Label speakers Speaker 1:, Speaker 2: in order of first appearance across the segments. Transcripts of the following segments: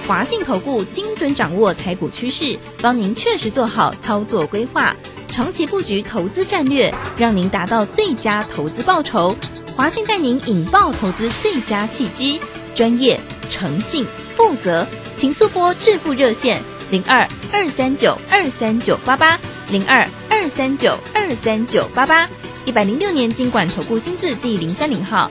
Speaker 1: 华信投顾精准掌握台股趋势，帮您确实做好操作规划，长期布局投资战略，让您达到最佳投资报酬。华信带您引爆投资最佳契机，专业、诚信、负责，请速拨致富热线02-239-23988，02-239-23988，106年金管投顾新字第030号。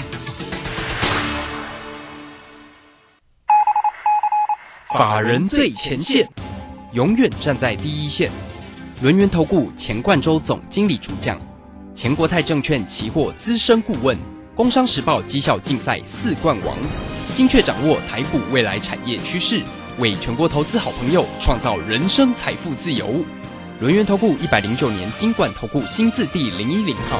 Speaker 2: 法人最前线，永远站在第一线。轮源投顾钱冠洲总经理主讲，前国泰证券期货资深顾问，工商时报绩效竞赛4冠王，精确掌握台股未来产业趋势，为全国投资好朋友创造人生财富自由。轮源投顾109年金管投顾新字第010号。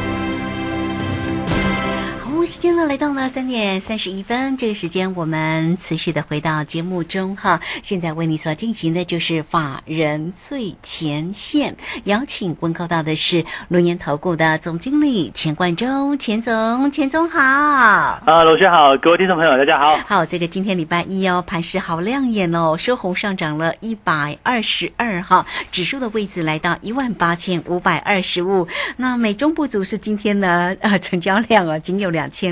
Speaker 3: 时间呢来到了3点31分，这个时间我们持续的回到节目中哈。现在为你所进行的就是法人最前线，邀请问候到的是轮源投顾的总经理钱冠洲，钱总好。
Speaker 4: 罗轩好，各位听众朋友大家好。
Speaker 3: 好，这个今天礼拜一哦，盘势好亮眼哦，收红上涨了122哈，指数的位置来到18525。那美中不足是今天呢成交量啊仅有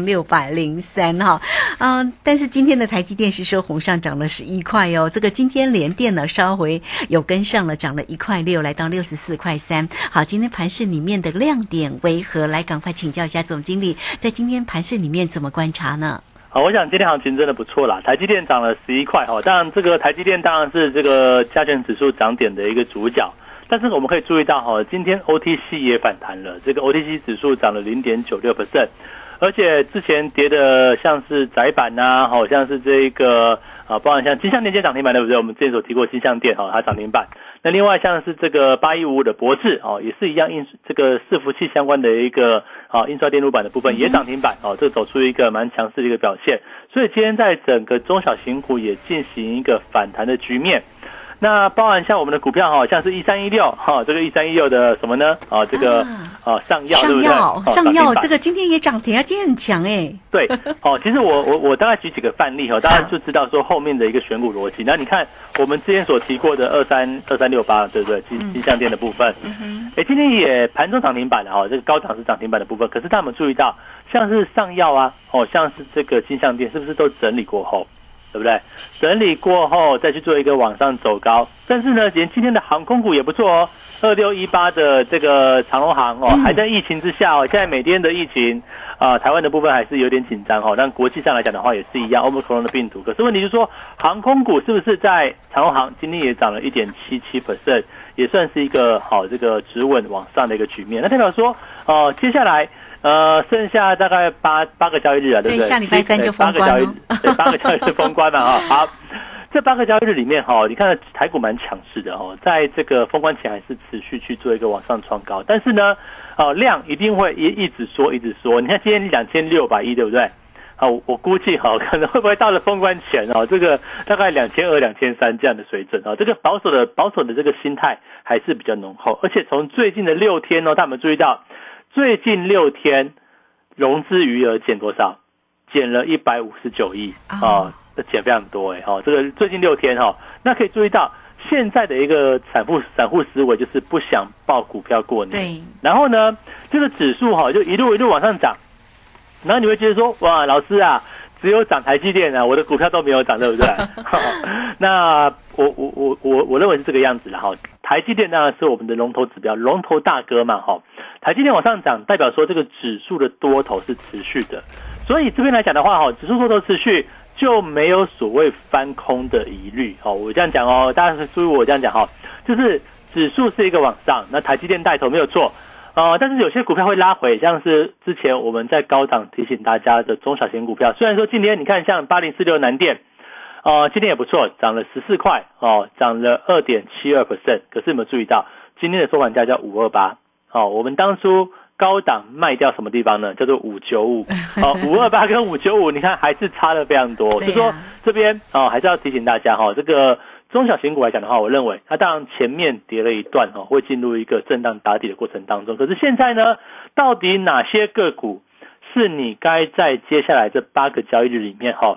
Speaker 3: 2603哈，但是今天的台积电是收红上涨了11块哦，这个今天联电呢稍微有跟上了，涨了1.6块，来到64.3块。好，今天盘市里面的亮点为何？来，赶快请教一下总经理，在今天盘市里面怎么观察呢？
Speaker 4: 好，我想今天行情真的不错啦，台积电涨了11块哈，当然这个台积电当然是这个加权指数涨点的一个主角。但是我们可以注意到哈，今天 OTC 也反弹了，这个 OTC 指数涨了0.96%，而且之前跌的像是载板啊，好像是这个包含像金像电今天涨停板对不对？我们之前所提过金像电它涨停板。那另外像是这个8155的博智也是一样这个伺服器相关的一个印刷电路板的部分也涨停板这走出一个蛮强势的一个表现。所以今天在整个中小型股也进行一个反弹的局面。那包含像我们的股票像是1316这个1316的什么呢？这个上药对不对？
Speaker 3: 上药这个今天也涨停啊，今天很强哎。
Speaker 4: 对其实我大概举几个范例大家就知道说后面的一个选股逻辑。那你看我们之前所提过的2368对不对？金像电的部分，今天也盘中涨停板了这个高档是涨停板的部分。可是大家有没有注意到，像是上药啊像是这个金像电是不是都整理过后？对不对？整理过后再去做一个往上走高，但是呢，连今天的航空股也不错2618的这个长荣航还在疫情之下现在每天的疫情台湾的部分还是有点紧张但国际上来讲的话也是一样 Omicron 的病毒。可是问题就是说，航空股是不是在长荣航今天也涨了1.77%，也算是一个这个止稳往上的一个局面。那代表说接下来剩下大概八个交易日对不对？
Speaker 3: 下礼拜三就封关了。
Speaker 4: 对，8个交易日封关嘛好，这8个交易日里面你看台股蛮强势的在这个封关前还是持续去做一个往上创高，但是呢量一定会一直缩。你看今天2600亿对不对？我估计可能会不会到了封关前这个大概2200、2300这样的水准这个保守的这个心态还是比较浓厚。而且从最近的6天大家有没有注意到？最近6天融资余额减多少？减了159亿减非常多这个最近6天那可以注意到现在的一个散户思维就是不想抱股票过年。
Speaker 3: 对。然
Speaker 4: 后呢，这个指数就一路往上涨，然后你会觉得说，哇，老师啊，只有涨台积电我的股票都没有涨，对不对？那我认为是这个样子啦台积电当然是我们的龙头指标，龙头大哥嘛台积电往上涨，代表说这个指数的多头是持续的，所以这边来讲的话指数多头持续就没有所谓翻空的疑虑我这样讲大家注意我这样讲就是指数是一个往上，那台积电带头没有错但是有些股票会拉回，像是之前我们在高档提醒大家的中小型股票，虽然说今天你看像8046南电今天也不错，涨了14块涨了2.72%，可是有没有注意到今天的收盘价叫528我们当初高档卖掉什么地方呢？叫做595 528跟595你看还是差了非常多。所以说这边还是要提醒大家这个中小型股来讲的话，我认为它当然前面跌了一段会进入一个震荡打底的过程当中。可是现在呢，到底哪些个股是你该在接下来这8个交易日里面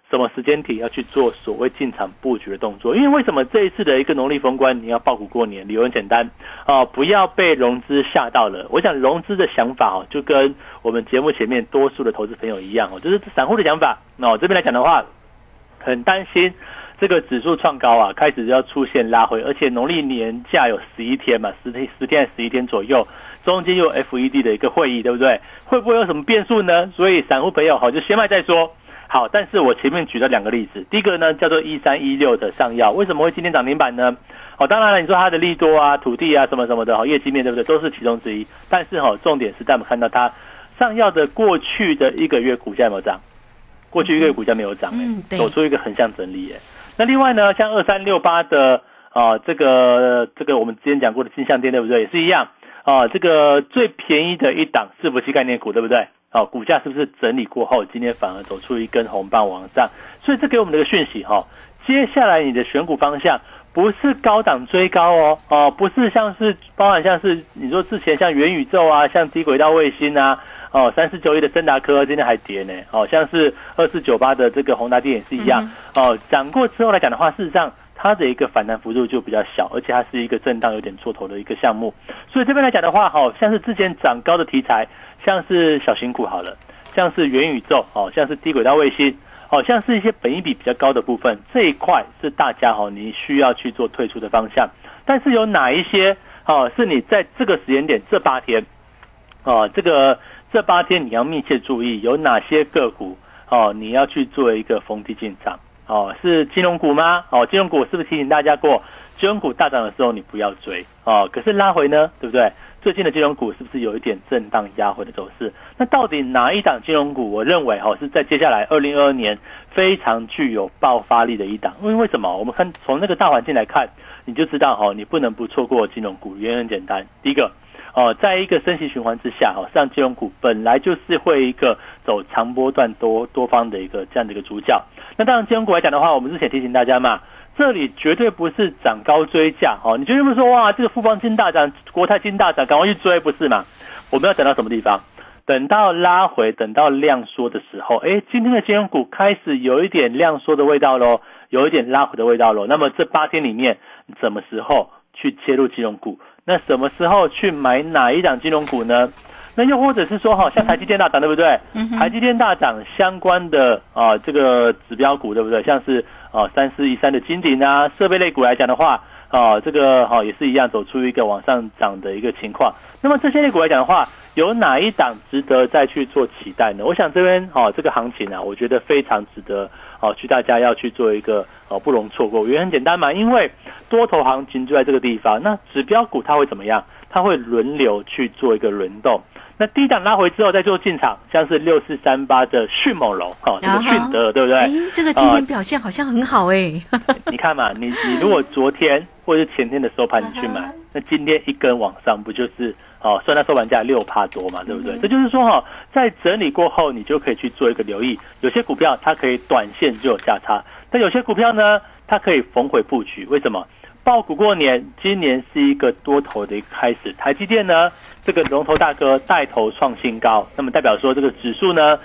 Speaker 4: 什么时间点要去做所谓进场布局的动作？因为为什么这一次的一个农历封关你要抱股过年？理由很简单不要被融资吓到了。我想融资的想法就跟我们节目前面多数的投资朋友一样就是散户的想法。这边来讲的话，很担心这个指数创高开始要出现拉回，而且农历年假有11天嘛，10天11天左右，中间又有 FED 的一个会议，对不对？会不会有什么变数呢？所以散户朋友就先卖再说。好，但是我前面举了2个例子，第一个呢叫做1316的上药，为什么会今天涨停板呢？当然了，你说它的利多土地什么什么的业绩面对不对，都是其中之一。但是重点是在我们看到它上药的过去的1个月股价有没有涨？过去1个月股价没有涨走出一个横向整理那另外呢，像2368的这个我们之前讲过的金像电对不对？也是一样这个最便宜的一档伺服器概念股对不对？股价是不是整理过后，今天反而走出一根红棒往上？所以这给我们的一个讯息接下来你的选股方向不是高档追高不是包含像是你说之前像元宇宙像低轨道卫星3491的森达科今天还跌呢像是2498的这个宏达电也是一样涨过之后来讲的话，事实上它的一个反弹幅度就比较小，而且它是一个震荡有点做头的一个项目。所以这边来讲的话像是之前涨高的题材，像是小型股好了，像是元宇宙像是低轨道卫星像是一些本益比比较高的部分，这一块是大家你需要去做退出的方向。但是有哪一些是你在这个时间点这8天这8天你要密切注意有哪些个股你要去做一个逢低进场是金融股吗？金融股是不是提醒大家过，金融股大涨的时候你不要追可是拉回呢，对不对？最近的金融股是不是有一点震荡压回的走势？那到底哪一档金融股我认为是在接下来2022年非常具有爆发力的一档？因为什么？我们看从那个大环境来看，你就知道你不能不错过金融股。原因很简单，第一个在一个升息循环之下像金融股本来就是会一个走长波段多方的一个这样的一个主角。那当然金融股来讲的话，我们之前提醒大家嘛，这里绝对不是涨高追价你绝对不是说哇这个富邦金大涨，国泰金大涨赶快去追，不是嘛？我们要等到什么地方？等到拉回，等到量缩的时候今天的金融股开始有一点量缩的味道咯，有一点拉回的味道咯。那么这8天里面什么时候去切入金融股？那什么时候去买哪一档金融股呢？那又或者是说像台积电大涨对不对？台积电大涨相关的这个指标股对不对？像是3413的金鼎设备类股来讲的话这个也是一样走出一个往上涨的一个情况。那么这些类股来讲的话，有哪一档值得再去做期待呢？我想这边这个行情我觉得非常值得去大家要去做一个不容错过。原因很简单嘛，因为多头行情就在这个地方，那指标股它会怎么样？它会轮流去做一个轮动。那低档拉回之后再做进场，像是6438的迅猛龙这个迅德对不对？
Speaker 3: 这个今天表现好像很好
Speaker 4: 你看嘛，你如果昨天或者是前天的收盘你去买，那今天一根往上不就是算它收盘价6%多嘛，对不对？这就是说在整理过后你就可以去做一个留意，有些股票它可以短线就有价差，但有些股票呢它可以逢回布局。为什么？抱股过年，今年是一个多头的一个开始。台积电呢，这个龙头大哥带头创新高，那么代表说这个指数呢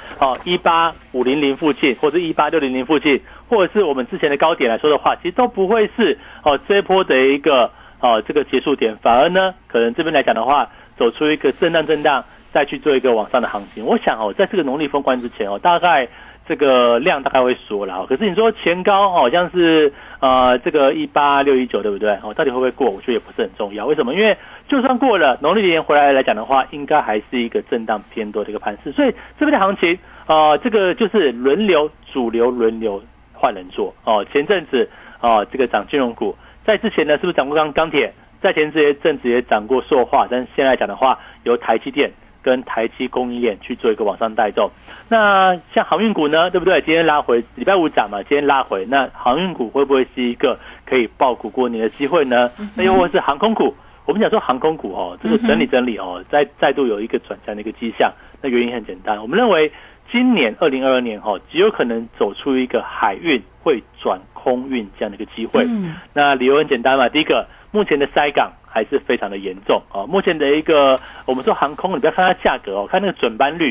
Speaker 4: 18500附近，或者18600附近，或者是我们之前的高点来说的话，其实都不会是这一波的一个这个结束点，反而呢可能这边来讲的话，走出一个震荡再去做一个往上的行情。我想在这个农历封关之前大概这个量大概会缩了，可是你说前高好像是这个18619对不对？到底会不会过？我觉得也不是很重要。为什么？因为就算过了农历年回来讲的话，应该还是一个震荡偏多的一个盘势。所以这边的行情这个就是轮流主流轮流换人做前阵子这个涨金融股，在之前呢是不是涨过钢铁？在前这些阵子也涨过塑化，但是现在讲的话，由台积电跟台积供应链去做一个往上带动。那像航运股呢，对不对？今天拉回，礼拜五涨嘛，今天拉回，那航运股会不会是一个可以抱股过年的机会呢？那又或是航空股？我们讲说航空股这个整理再度有一个转强的一个迹象。那原因很简单，我们认为今年2022年极有可能走出一个海运会转空运这样的一个机会。那理由很简单嘛，第一个，目前的塞港还是非常的严重目前的一个我们说航空，你不要看它价格看那个准班率，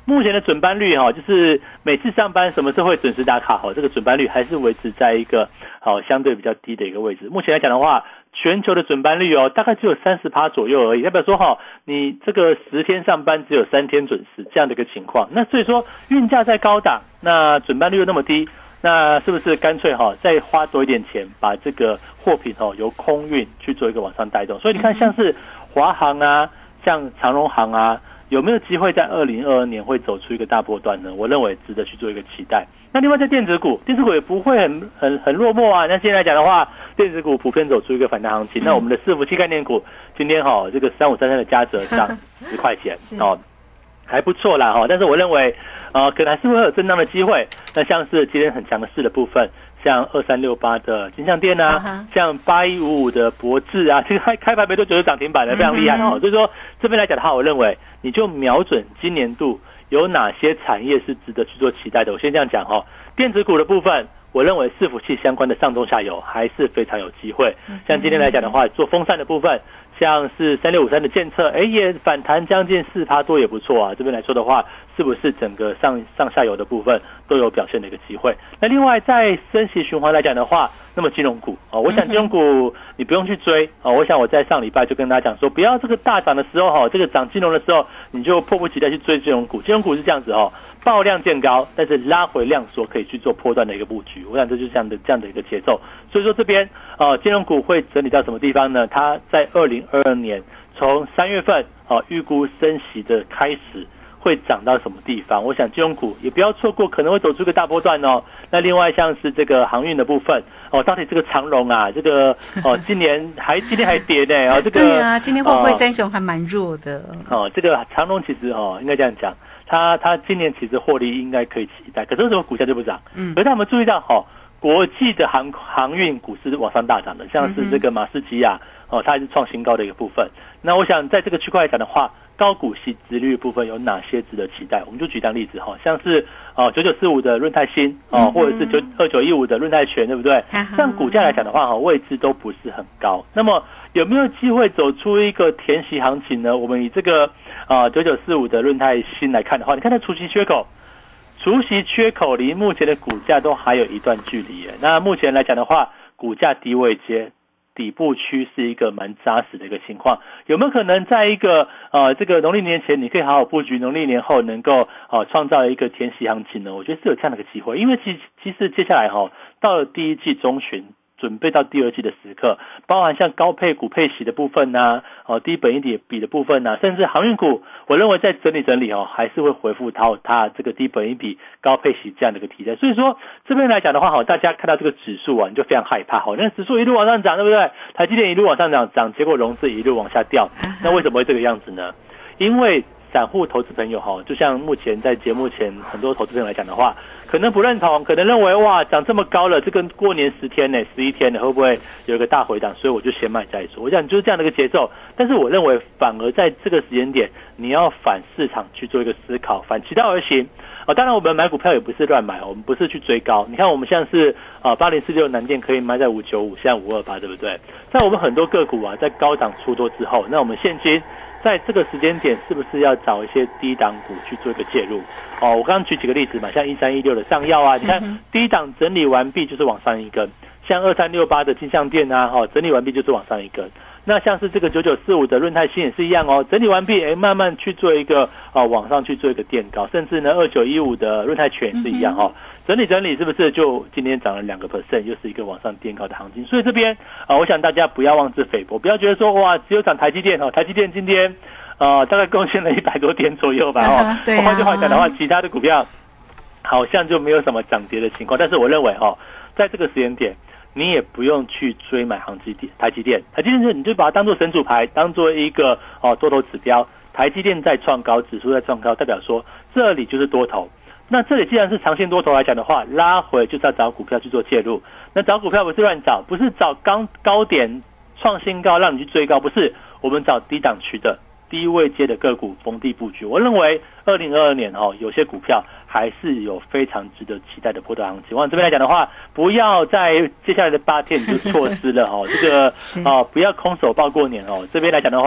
Speaker 4: 目前的准班率就是每次上班什么时候会准时打卡这个准班率还是维持在一个相对比较低的一个位置。目前来讲的话，全球的准班率大概只有30%左右而已，代表说你这个10天上班只有3天准时这样的一个情况。那所以说运价在高档，那准班率又那么低，那是不是干脆再花多一点钱，把这个货品由空运去做一个往上带动？所以你看，像是华航啊，像长荣航啊，有没有机会在2022年会走出一个大波段呢？我认为值得去做一个期待。那另外在电子股也不会很落寞啊。那现在来讲的话，电子股普遍走出一个反弹行情。那我们的伺服器概念股今天这个3533的嘉泽涨10块钱还不错啦但是我认为可能还是会有震荡的机会。那像是今天很强势的部分，像2368的金像电啊，像8155的博智啊，其实开盘没多久就涨停板了，非常厉害所以说这边来讲的话，我认为你就瞄准今年度有哪些产业是值得去做期待的。我先这样讲电子股的部分，我认为伺服器相关的上中下游还是非常有机会。像今天来讲的话，做风扇的部分，像是3653的建测，也反弹将近4%多，也不错啊。这边来说的话，是不是整个上下游的部分都有表现的一个机会？那另外在升息循环来讲的话，那么金融股我想金融股你不用去追我想我在上礼拜就跟大家讲说，不要这个大涨的时候这个涨金融的时候，你就迫不及待去追金融股。金融股是这样子爆量见高，但是拉回量缩可以去做波段的一个布局。我想这就是这样的一个节奏。所以说这边金融股会整理到什么地方呢？它在2022年从3月份预估升息的开始会涨到什么地方？我想金融股也不要错过，可能会走出一个大波段那另外像是这个航运的部分到底这个长荣啊，这个今天还跌呢这个
Speaker 3: 对啊，今天会不会三雄还蛮弱的
Speaker 4: 这个长荣其实应该这样讲，它今年其实获利应该可以期待，可是为什么股价就不涨？可是他们注意到国际的航运股是往上大涨的，像是这个马士基亚它还是创新高的一个部分。那我想在这个区块来讲的话，高股息殖利率部分有哪些值得期待？我们就举当例子像是9945的润泰新或者是2915的润泰全，对不对？像股价来讲的话位置都不是很高。那么有没有机会走出一个填息行情呢？我们以这个9945的润泰新来看的话，你看它除息缺口离目前的股价都还有一段距离耶。那目前来讲的话，股价低位接底部区是一个蛮扎实的一个情况。有没有可能在一个这个农历年前你可以好好布局，农历年后能够创造一个填息行情呢？我觉得是有这样的一个机会。因为其实接下来到了第一季中旬，准备到第二季的时刻，包含像高配股配息的部分低本益比的部分甚至航运股，我认为在整理还是会回复到它这个低本益比高配息这样的一个题材。所以说这边来讲的话大家看到这个指数你就非常害怕那指数一路往上涨，对不对？台积电一路往上涨，结果融资一路往下掉。那为什么会这个样子呢？因为散户投资朋友就像目前在节目前很多投资朋友来讲的话，可能不认同，可能认为哇涨这么高了，这跟过年10天呢11天呢会不会有一个大回档，所以我就先卖再说。我想就是这样的一个节奏。但是我认为反而在这个时间点，你要反市场去做一个思考，反其道而行当然我们买股票也不是乱买我们不是去追高。你看我们像是8046南电可以买在595，现在528，对不对？在我们很多个股在高档出多之后，那我们现金在这个时间点是不是要找一些低档股去做一个介入我刚刚举几个例子嘛，像1316的上药你看低档整理完毕就是往上一根，像2368的金像电整理完毕就是往上一根。那像是这个9945的润泰新也是一样整理完毕慢慢去做一个往上去做一个垫高，甚至呢2915的润泰全也是一样整理是不是就今天涨了2%，又是一个往上垫高的行情。所以这边我想大家不要妄自菲薄，不要觉得说哇只有涨台积电台积电今天大概贡献了100多点左右吧换句话讲的话，其他的股票好像就没有什么涨跌的情况。但是我认为在这个时间点你也不用去追买台积电你就把它当作神主牌，当作一个多头指标。台积电在创高，指数在创高，代表说这里就是多头。那这里既然是长线多头来讲的话，拉回就是要找股票去做介入。那找股票不是乱找，不是找高点创新高让你去追高，不是，我们找低档区的低位阶的个股逢低布局。我认为2022年有些股票还是有非常值得期待的波段行情。往这边来讲的话，不要在接下来的8天你就错失了这个不要空手抱过年这边来讲的话，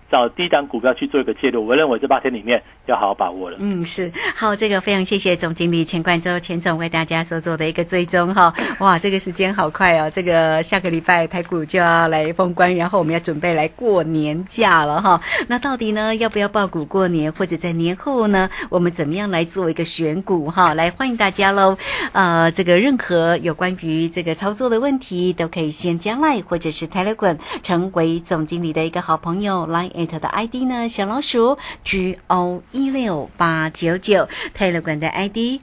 Speaker 4: 找低档股票去做一个介入，我认为这8天里面要好好把握了。
Speaker 3: 是好，这个非常谢谢总经理钱冠周钱总为大家所做的一个追踪哈。哇，这个时间好快哦，这个下个礼拜台股就要来封关，然后我们要准备来过年假了哈。那到底呢，要不要抱股过年，或者在年后呢，我们怎么样来做一个选股哈？来欢迎大家喽。这个任何有关于这个操作的问题，都可以先加 LINE 或者是 Telegram 成为总经理的一个好朋友。LINE@ 的 ID 呢，小老鼠 GO16899， Telegram 的 ID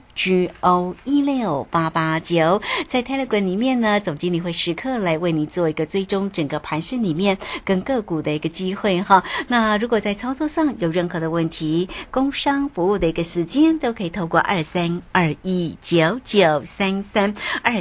Speaker 3: GO16889， 在 Telegram 里面呢，总经理会时刻来为你做一个追踪整个盘势里面跟个股的一个机会哈。那如果在操作上有任何的问题，工商服务的一个时间都可以透过23219933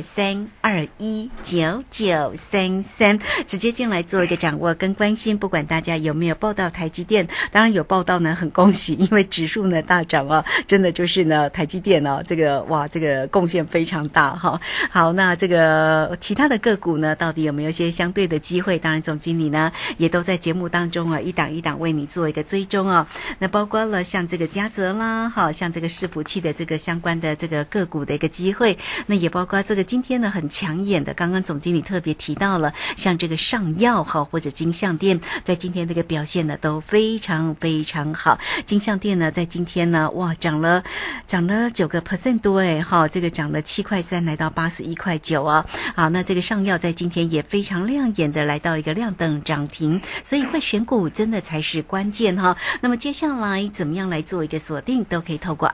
Speaker 3: 23219933直接进来做一个掌握跟关心。不管大家有没有报到台积电，当然有报到呢，很恭喜，因为指数呢大涨哦，真的就是呢台积电哦，这个贡献非常大哈。好，那这个其他的个股呢，到底有没有一些相对的机会？当然总经理呢也都在节目当中啊，一档一档为你做一个追踪哦。那包括了像这个嘉泽啦，好像这个伺服器的这个相关的这个个股的一个机会，那也包括这个今天呢很抢眼的，刚刚总经理特别提到了，像这个上药哈或者金像电，在今天这个表现呢都非常非常好。金像电呢在今天呢涨了9% 多哈，这个涨了7.3块来到81.9块啊。好，那这个上药在今天也非常亮眼的来到一个亮灯涨停，所以会选股真的才是关键哈。那么接下来怎么样来做一个锁定，都可以透过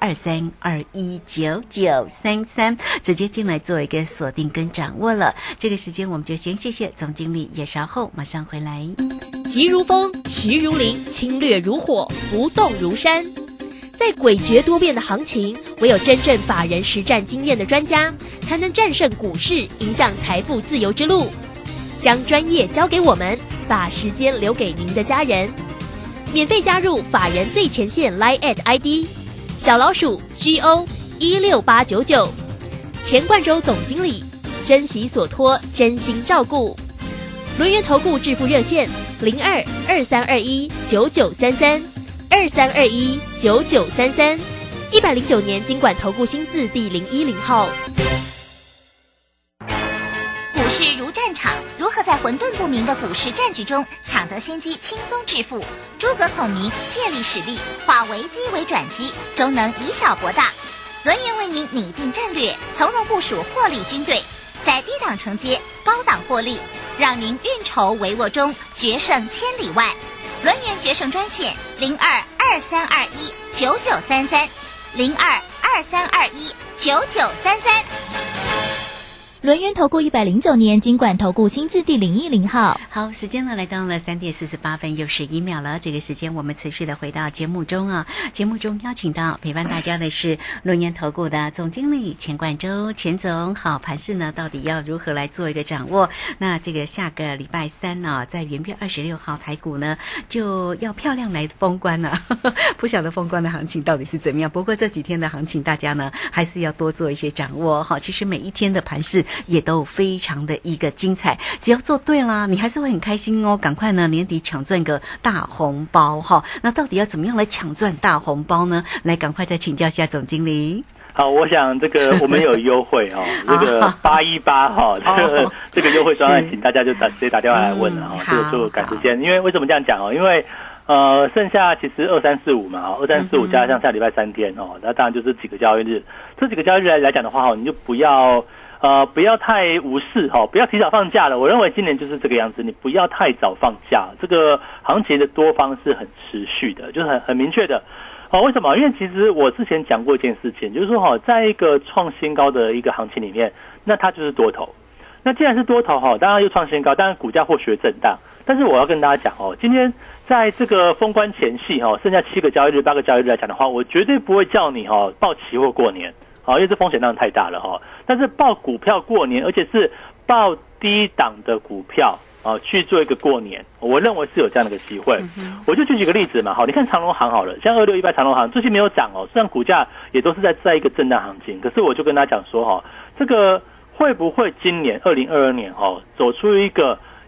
Speaker 3: 23219933直接进来做一个锁定跟掌握了。这个时间我们就先谢谢总经理，也稍后马上回来。
Speaker 5: 急如风，徐如林，侵略如火，不动如山。在诡谲多变的行情，唯有真正法人实战经验的专家，才能战胜股市，迎向财富自由之路。将专业交给我们，把时间留给您的家人。免费加入法人最前线 LINE@ ID 小老鼠 GO16899，钱冠周总经理，珍惜所托，真心照顾。轮源投顾致富热线0223219933 23219933， 109年金管投顾新字第010号。
Speaker 6: 股市如战场，如何在混沌不明的股市战局中抢得先机，轻松致富？诸葛孔明借力使力，化危机为转机，终能以小博大。轮源为您拟定战略，从容部署获利军队，在低档承接，高档获利，让您运筹帷幄中决胜千里外。轮源决胜专线0223219933 0223219933。
Speaker 1: 轮源投顾109年金管投顾新字第010号。
Speaker 3: 好，时间呢来到了3点48分又11秒了。这个时间我们持续的回到节目中啊。节目中邀请到陪伴大家的是轮源投顾的总经理钱冠周钱总。好，盘势呢到底要如何来做一个掌握？那这个下个礼拜三呢，在元月26号台股呢就要漂亮来封关了。不晓得封关的行情到底是怎么样？不过这几天的行情大家呢还是要多做一些掌握哈。其实每一天的盘势也都非常的一个精彩，只要做对啦，你还是会很开心哦。赶快呢年底抢赚个大红包哈。那到底要怎么样来抢赚大红包呢？来，赶快再请教一下总经理。
Speaker 4: 好，我想这个我们有优惠哦，这个818哈，这个优惠专案，请大家就直接打电话来问了哈，这个就赶时间。因为为什么这样讲哦？因为剩下其实2、3、4、5嘛，2、3、4、5加上下礼拜3天哦，那当然就是几个交易日。这几个交易日来讲的话，你就不要太无视哈，不要提早放假了。我认为今年就是这个样子，你不要太早放假。这个行情的多方是很持续的，就是很明确的。为什么？因为其实我之前讲过一件事情，就是说在一个创新高的一个行情里面，那它就是多头。那既然是多头当然又创新高，当然股价或许会震荡。但是我要跟大家讲今天在这个封关前夕剩下7个交易日、8个交易日来讲的话，我绝对不会叫你报期货过年。因为这风险当然太大了但是报股票过年，而且是报低档的股票去做一个过年，我认为是有这样的一个机会。我就举几个例子嘛，你看长荣航好了，像2618长荣航最近没有涨虽然股价也都是在一个震荡行情，可是我就跟大家讲说这个会不会今年2022年走出一个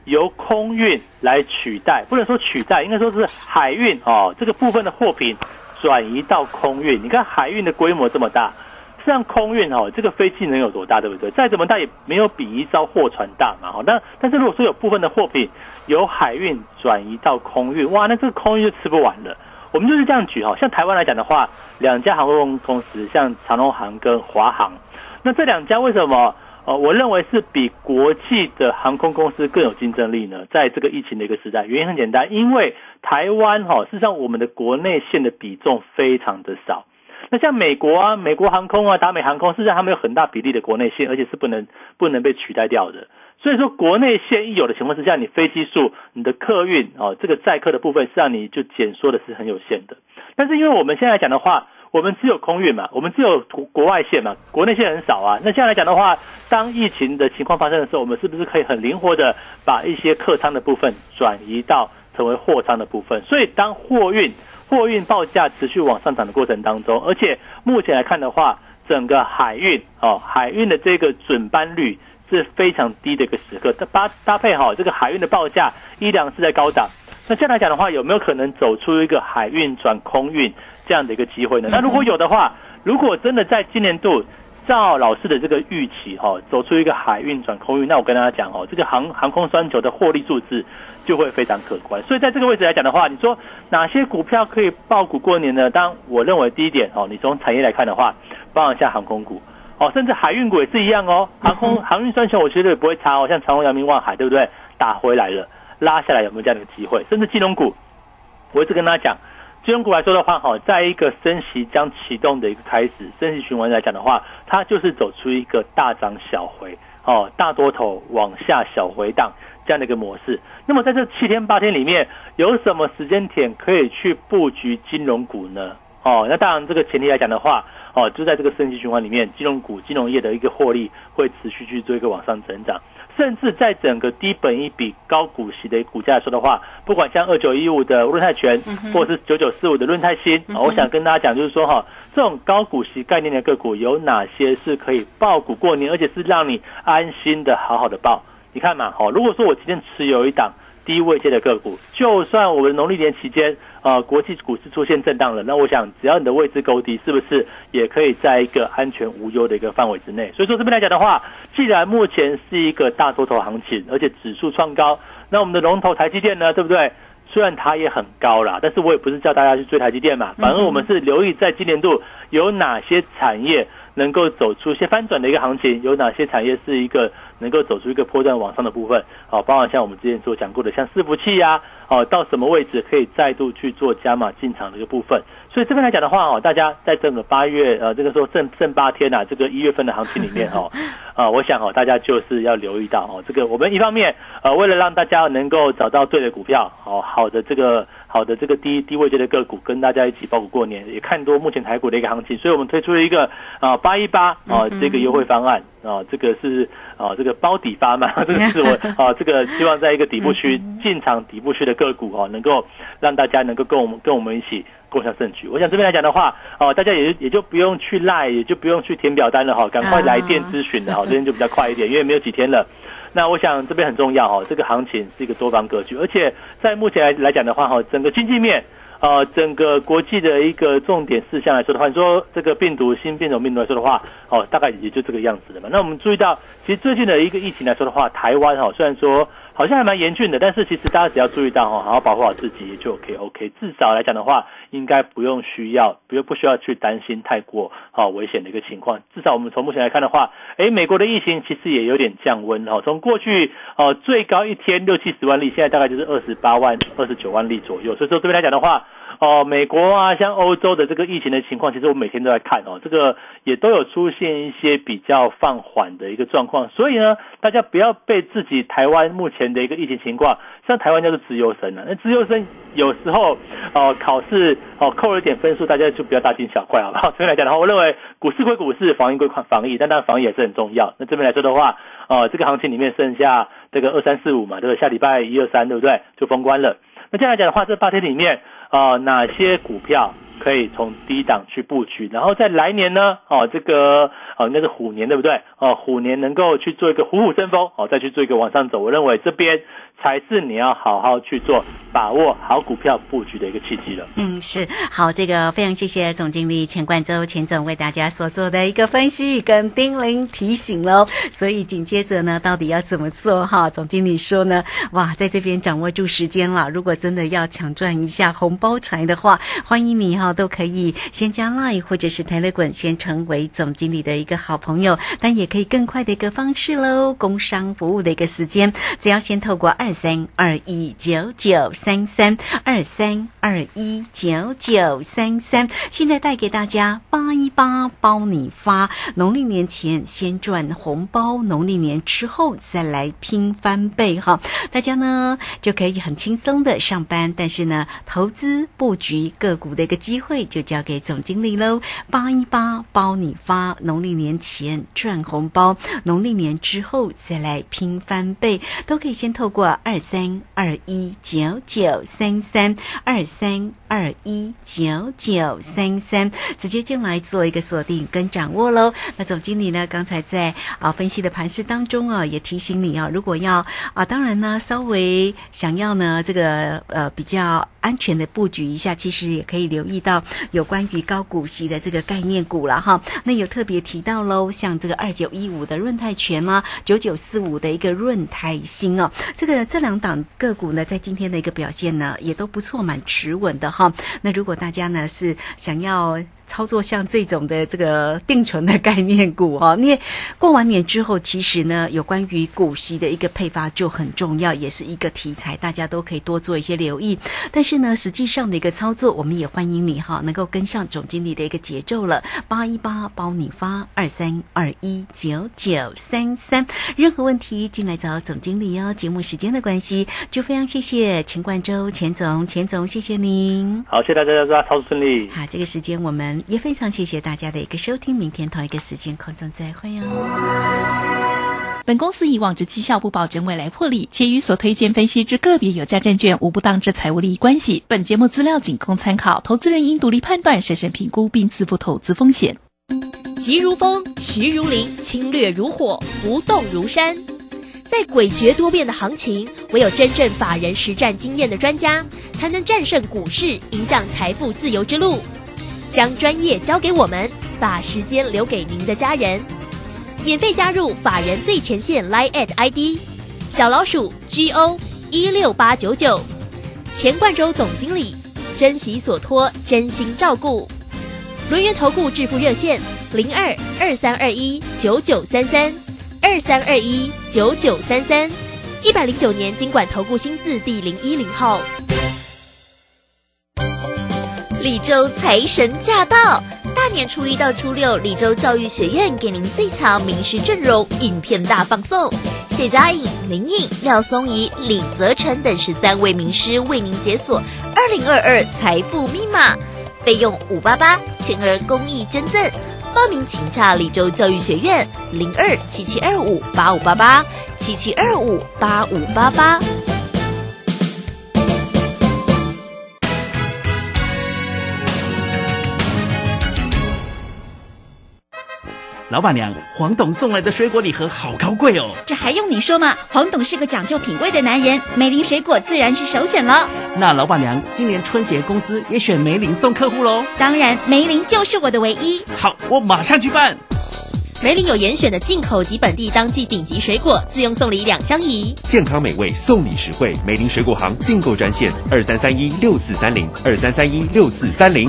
Speaker 4: 由空运来取代，不能说取代，应该说是海运这个部分的货品转移到空运。你看海运的规模这么大，实际上空运这个飞机能有多大，对不对？再怎么大也没有比一艘货船大嘛。但是如果说有部分的货品由海运转移到空运，哇，那这个空运就吃不完了。我们就是这样举像台湾来讲的话，2家航空公司，像长荣航跟华航，那这2家为什么我认为是比国际的航空公司更有竞争力呢？在这个疫情的一个时代，原因很简单，因为台湾事实上我们的国内线的比重非常的少。那像美国航空达美航空，事实上他们有很大比例的国内线，而且是不能被取代掉的。所以说国内线一有的情况之下，你飞机数、你的客运这个载客的部分，实际上你就减缩的是很有限的。但是因为我们现在讲的话，我们只有空运嘛，我们只有国外线嘛，国内线很少啊。那这样来讲的话，当疫情的情况发生的时候，我们是不是可以很灵活的把一些客舱的部分转移到成为货舱的部分？所以当货运报价持续往上涨的过程当中，而且目前来看的话，整个海运的这个准班率是非常低的一个时刻，搭配这个海运的报价依然是在高档。那这样来讲的话，有没有可能走出一个海运转空运这样的一个机会呢？那如果有的话，如果真的在今年度照老师的这个预期走出一个海运转空运，那我跟大家讲这个航空双雄的获利数字就会非常可观。所以在这个位置来讲的话，你说哪些股票可以抱股过年呢？当然我认为第一点你从产业来看的话，包含像航空股甚至海运股也是一样航运双雄我觉得也不会差像长荣、阳明、万海，对不对？打回来了，拉下来有没有这样的机会？甚至金融股，我一直跟大家讲，金融股来说的话在一个升息将启动的一个开始，升息循环来讲的话，它就是走出一个大涨小回大多头往下小回档这样的一个模式。那么在这7天8天里面，有什么时间点可以去布局金融股呢？那当然这个前提来讲的话就在这个升息循环里面，金融股、金融业的一个获利会持续去做一个往上增长。甚至在整个低本益比高股息的股价来说的话，不管像2915的润泰全，或者是9945的润泰新，我想跟大家讲就是说这种高股息概念的个股有哪些是可以抱股过年，而且是让你安心的好好的抱。你看嘛如果说我今天持有一档低位阶的个股，就算我们农历年期间国际股市出现震荡了，那我想只要你的位置够低，是不是也可以在一个安全无忧的一个范围之内？所以说这边来讲的话，既然目前是一个大多头行情，而且指数创高，那我们的龙头台积电呢，对不对？虽然它也很高啦，但是我也不是叫大家去追台积电嘛，反而我们是留意在今年度有哪些产业能够走出一些翻转的一个行情，有哪些产业是一个能够走出一个波段往上的部分包含像我们之前所讲过的像伺服器到什么位置可以再度去做加码进场的一个部分。所以这边来讲的话大家在整个8月这个时候剩8天这个1月份的行情里面我想大家就是要留意到这个我们一方面为了让大家能够找到对的股票好的这个低位阶的个股，跟大家一起抱股过年，也看多目前台股的一个行情，所以我们推出了一个818这个优惠方案这个是这个包底发嘛，这个是我这个希望在一个底部区进场底部区的个股能够让大家能够跟我们一起共享盛举。我想这边来讲的话大家也就不用去赖，也就不用去填表单了赶快来电咨询了这边就比较快一点，因为没有几天了。那我想这边很重要这个行情是一个多方格局，而且在目前来讲的话整个经济面整个国际的一个重点事项来说的话，你说这个新变种病毒来说的话大概也就这个样子的嘛。那我们注意到其实最近的一个疫情来说的话，台湾虽然说好像还蛮严峻的，但是其实大家只要注意到好好保护好自己也就 OK， 至少来讲的话应该不需要去担心太过危险的一个情况。至少我们从目前来看的话美国的疫情其实也有点降温从过去最高一天60-70万例，现在大概就是28万29万例左右。所以说这边来讲的话美国像欧洲的这个疫情的情况，其实我每天都在看这个也都有出现一些比较放缓的一个状况。所以呢，大家不要被自己台湾目前的一个疫情情况，像台湾叫做资优生那资优生有时候考试扣了一点分数，大家就不要大惊小怪好不好？这边来讲的话，我认为股市归股市，防疫归防疫，但当然防疫也是很重要。那这边来说的话这个行情里面剩下这个2345嘛，对不对？下礼拜1、2、3对不对？就封关了。那这样来讲的话，这8天里面哪些股票可以从低档去布局，然后在来年呢这个应该是虎年对不对？虎年能够去做一个虎虎生风再去做一个往上走。我认为这边才是你要好好去做把握好股票布局的一个契机了。
Speaker 3: 是好，这个非常谢谢总经理钱冠周钱总为大家所做的一个分析跟叮咛提醒喽。所以紧接着呢，到底要怎么做哈？总经理说呢，哇，在这边掌握住时间了。如果真的要抢赚一下红包财的话，欢迎你哈，都可以先加 LINE 或者是Telegram先成为总经理的一个好朋友，但也可以更快的一个方式喽。工商服务的一个时间，只要先透过2321993323219933，现在带给大家818包你发，农历年前先赚红包，农历年之后再来拼翻倍哈。大家呢就可以很轻松的上班，但是呢投资布局个股的一个机会就交给总经理喽。818包你发，农历年前赚红包，农历年之后再来拼翻倍，都可以先透过2321993323219933直接进来做一个锁定跟掌握喽。那总经理呢刚才在分析的盘势当中也提醒你如果要当然呢稍微想要呢这个比较安全的布局一下，其实也可以留意到有关于高股息的这个概念股了哈。那有特别提到喽，像这个2915的润泰全啦，9945的一个润泰新这两档个股呢在今天的一个表现呢也都不错，蛮持稳的哈。那如果大家呢是想要操作像这种的这个定存的概念股因为过完年之后，其实呢有关于股息的一个配发就很重要，也是一个题材，大家都可以多做一些留意。但是呢实际上的一个操作，我们也欢迎你能够跟上总经理的一个节奏了。818包你发23219933，任何问题进来找总经理节目时间的关系，就非常谢谢钱冠周钱总谢谢您。
Speaker 4: 好，谢谢大家，操作顺利。
Speaker 3: 好，这个时间我们也非常谢谢大家的一个收听，明天同一个时间空中再会
Speaker 7: 本公司以往之绩效不保证未来获利，且与所推荐分析之个别有价证券无不当之财务利益关系。本节目资料仅供参考，投资人应独立判断、审慎评估并自负投资风险。
Speaker 5: 急如风，徐如林，侵略如火，不动如山。在诡谲多变的行情，唯有真正法人实战经验的专家，才能战胜股市，迎向财富自由之路。将专业交给我们，把时间留给您的家人。免费加入法人最前线 Line ID 小老鼠 GO16899，钱冠周总经理，珍惜所托，真心照顾。轮源投顾致富热线02-2321-9933，2321-9933，109年金管投顾新字第010号。
Speaker 8: 李州财神驾到！大年初一到初六，李州教育学院给您最强名师阵容，影片大放送。谢佳颖、林颖、廖松怡、李泽成等13位名师为您解锁2022财富密码，费用588，全额公益捐赠。报名请洽李州教育学院02-7725-8588，7725-8588。
Speaker 9: 老板娘，黄董送来的水果礼盒好高贵哦！
Speaker 10: 这还用你说吗？黄董是个讲究品味的男人，梅林水果自然是首选了。
Speaker 9: 那老板娘，今年春节公司也选梅林送客户喽？
Speaker 10: 当然，梅林就是我的唯一。
Speaker 9: 好，我马上去办。
Speaker 5: 梅林有严选的进口及本地当季顶级水果，自用送礼2相宜，
Speaker 11: 健康美味，送礼实惠。梅林水果行订购专线2331-6430，2331-6430。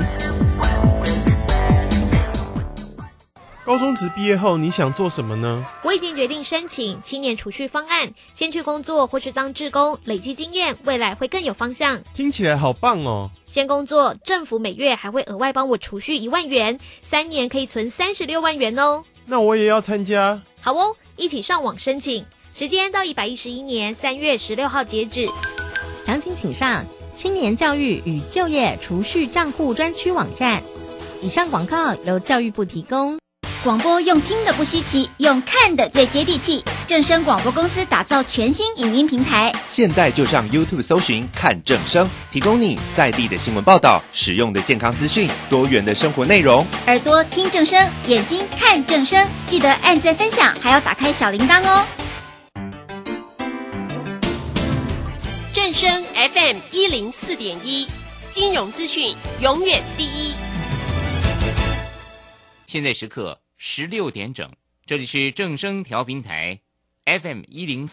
Speaker 12: 高中职毕业后你想做什么呢？
Speaker 13: 我已经决定申请青年储蓄方案，先去工作或是当志工，累积经验，未来会更有方向。
Speaker 12: 听起来好棒哦！
Speaker 13: 先工作，政府每月还会额外帮我储蓄1万元，3年可以存36万元哦。
Speaker 12: 那我也要参加。
Speaker 13: 好哦，一起上网申请，时间到111年3月16号截止。
Speaker 14: 详情请上青年教育与就业储蓄账户专区网站。以上广告由教育部提供。
Speaker 10: 广播用听的不稀奇，用看的最接地气。正声广播公司打造全新影音平台，
Speaker 11: 现在就上 YouTube 搜寻看正声，提供你在地的新闻报道、实用的健康资讯、多元的生活内容。
Speaker 10: 耳朵听正声，眼睛看正声，记得按赞分享，还要打开小铃铛哦。
Speaker 15: 汉声 FM 104.1，金融资讯永远第一。
Speaker 16: 现在时刻16点整，这里是正声调频台 FM 104。